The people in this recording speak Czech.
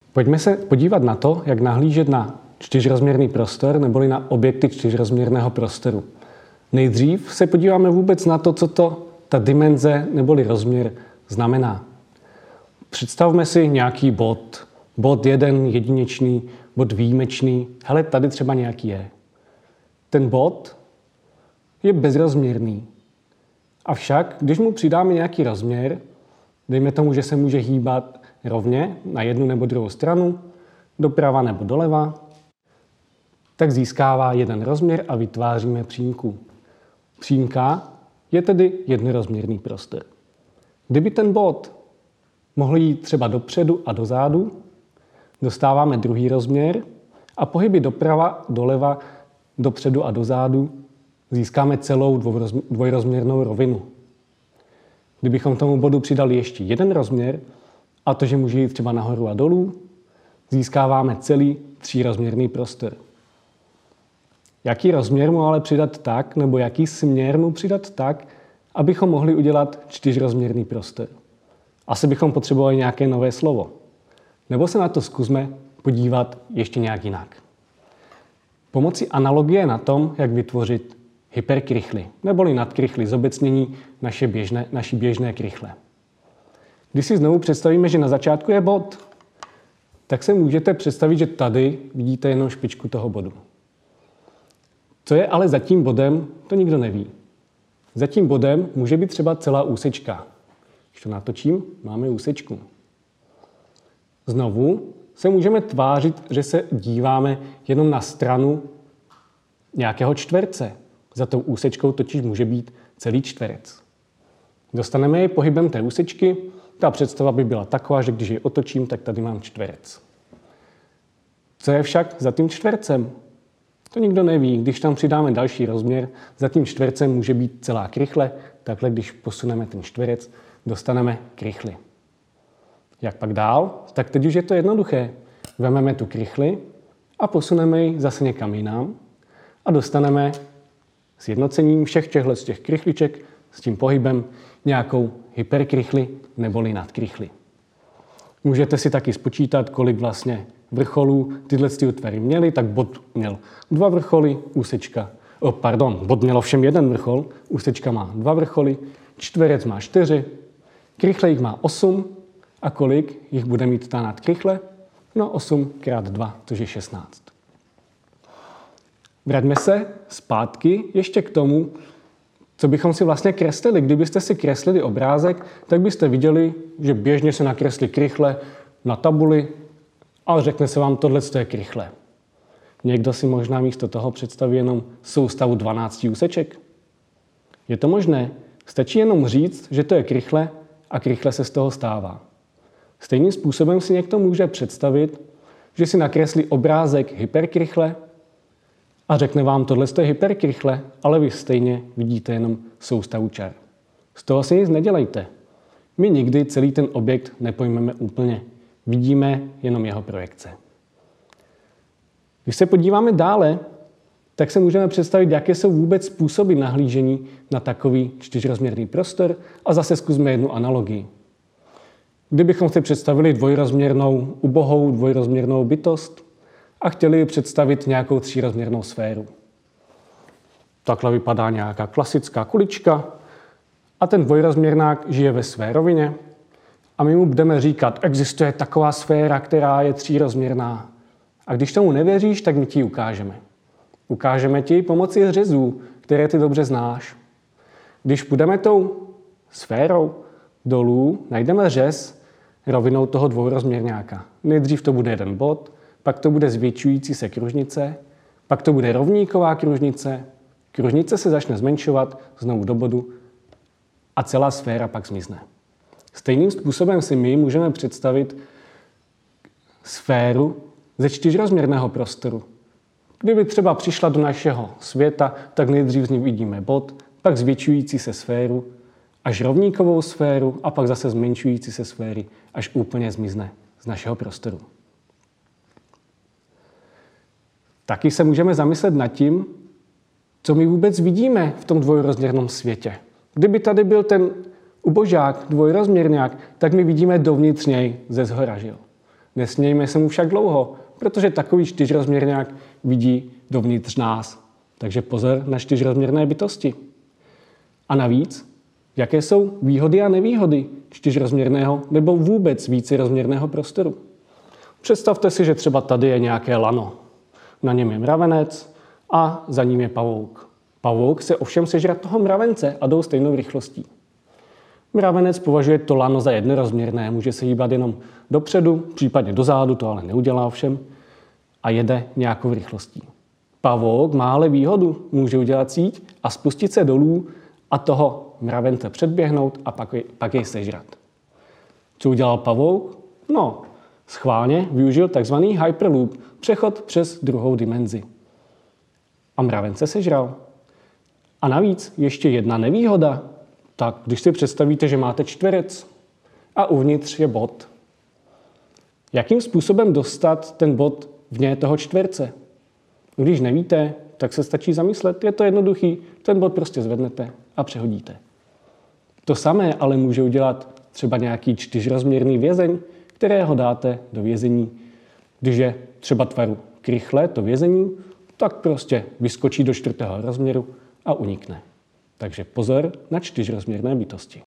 Pojďme se podívat na to, jak nahlížet na čtyřrozměrný prostor neboli na objekty čtyřrozměrného prostoru. Nejdřív se podíváme vůbec na to, co to ta dimenze neboli rozměr znamená. Představme si nějaký bod. Bod jeden, jedinečný, bod výjimečný. Hele, tady třeba nějaký je. Ten bod je bezrozměrný. Avšak, když mu přidáme nějaký rozměr, dejme tomu, že se může hýbat rovně na jednu nebo druhou stranu, doprava nebo doleva, tak získává jeden rozměr a vytváříme přímku. Přímka je tedy jednorozměrný prostor. Kdyby ten bod mohl jít třeba dopředu a dozadu, dostáváme druhý rozměr a pohyby doprava, doleva, dopředu a dozadu získáme celou dvojrozměrnou rovinu. Kdybychom tomu bodu přidali ještě jeden rozměr, a to, že může jít třeba nahoru a dolů, získáváme celý třírozměrný prostor. Jaký rozměr mu ale přidat tak, nebo jaký směr mu přidat tak, abychom mohli udělat čtyřrozměrný prostor? Asi bychom potřebovali nějaké nové slovo. Nebo se na to zkusme podívat ještě nějak jinak. Pomocí analogie na tom, jak vytvořit hyperkrychly, neboli nadkrychly, zobecnění naší běžné krychle. Když si znovu představíme, že na začátku je bod, tak se můžete představit, že tady vidíte jenom špičku toho bodu. Co je ale za tím bodem, to nikdo neví. Za tím bodem může být třeba celá úsečka. Když to natočím, máme úsečku. Znovu se můžeme tvářit, že se díváme jenom na stranu nějakého čtverce. Za tou úsečkou totiž může být celý čtverec. Dostaneme jej pohybem té úsečky. Ta představa by byla taková, že když ji otočím, tak tady mám čtverec. Co je však za tím čtvercem? To nikdo neví. Když tam přidáme další rozměr, za tím čtvercem může být celá krychle. Takhle, když posuneme ten čtverec, dostaneme krychli. Jak pak dál? Tak teď už je to jednoduché. Vezmeme tu krychli a posuneme ji zase někam jinam a dostaneme sjednocením všech těch krychliček s tím pohybem nějakou hyperkrychli neboli nadkrychli. Můžete si taky spočítat, kolik vlastně vrcholů tyhle útvary měly, tak bod měl 2 vrcholy, bod měl ovšem 1 vrchol, úsečka má 2 vrcholy, čtverec má 4, krychle jich má 8 a kolik jich bude mít ta nadkrychle? No 8 krát 2, což je 16. Vraťme se zpátky ještě k tomu, co bychom si vlastně kreslili. Kdybyste si kreslili obrázek, tak byste viděli, že běžně se nakreslí krychle na tabuli a řekne se vám, tohle je krychle. Někdo si možná místo toho představí jenom soustavu 12 úseček. Je to možné. Stačí jenom říct, že to je krychle a krychle se z toho stává. Stejným způsobem si někdo může představit, že si nakreslí obrázek hyperkrychle a řekne vám, tohle je hyperkrychle, ale vy stejně vidíte jenom soustavu čar. Z toho si nic nedělejte. My nikdy celý ten objekt nepojmeme úplně. Vidíme jenom jeho projekce. Když se podíváme dále, tak se můžeme představit, jaké jsou vůbec způsoby nahlížení na takový čtyřrozměrný prostor a zase zkusme jednu analogii. Kdybychom si představili ubohou dvojrozměrnou bytost a chtěli představit nějakou třírozměrnou sféru. Takhle vypadá nějaká klasická kulička a ten dvojrozměrnák žije ve své rovině a my mu budeme říkat, existuje taková sféra, která je třírozměrná. A když tomu nevěříš, tak my ti ji ukážeme. Ukážeme ti pomocí řezů, které ty dobře znáš. Když půjdeme tou sférou dolů, najdeme řez rovinou toho dvojrozměrňáka. Nejdřív to bude jeden bod, pak to bude zvětšující se kružnice, pak to bude rovníková kružnice, kružnice se začne zmenšovat znovu do bodu a celá sféra pak zmizne. Stejným způsobem si my můžeme představit sféru ze čtyřrozměrného prostoru. Kdyby třeba přišla do našeho světa, tak nejdřív z ní vidíme bod, pak zvětšující se sféru, až rovníkovou sféru a pak zase zmenšující se sféry, až úplně zmizne z našeho prostoru. Taky se můžeme zamyslet nad tím, co my vůbec vidíme v tom dvojrozměrném světě. Kdyby tady byl ten ubožák, dvojrozměrňák, tak my vidíme dovnitř něj ze zhora, že jo? Nesmějme se mu však dlouho, protože takový čtyřrozměrňák vidí dovnitř nás. Takže pozor na čtyřrozměrné bytosti. A navíc, jaké jsou výhody a nevýhody čtyřrozměrného nebo vůbec vícerozměrného prostoru? Představte si, že třeba tady je nějaké lano. Na něm je mravenec a za ním je pavouk. Pavouk se ovšem sežrat toho mravence a jdou stejnou rychlostí. Mravenec považuje to lano za jednorozměrné, může se hýbat jenom dopředu, případně dozadu, to ale neudělá ovšem, a jede nějakou rychlostí. Pavouk má ale výhodu, může udělat síť a spustit se dolů a toho mravence předběhnout a pak jej sežrat. Co udělal pavouk? No, schválně využil tzv. Hyperloop, přechod přes druhou dimenzi. A mravence sežral. A navíc ještě jedna nevýhoda. Tak když si představíte, že máte čtverec a uvnitř je bod. Jakým způsobem dostat ten bod vně toho čtverce? Když nevíte, tak se stačí zamyslet. Je to jednoduchý. Ten bod prostě zvednete a přehodíte. To samé ale může udělat třeba nějaký čtyřrozměrný vězeň, kterého dáte do vězení. Když je třeba tvaru krychle to vězení, tak prostě vyskočí do čtvrtého rozměru a unikne. Takže pozor na čtyřrozměrné bytosti.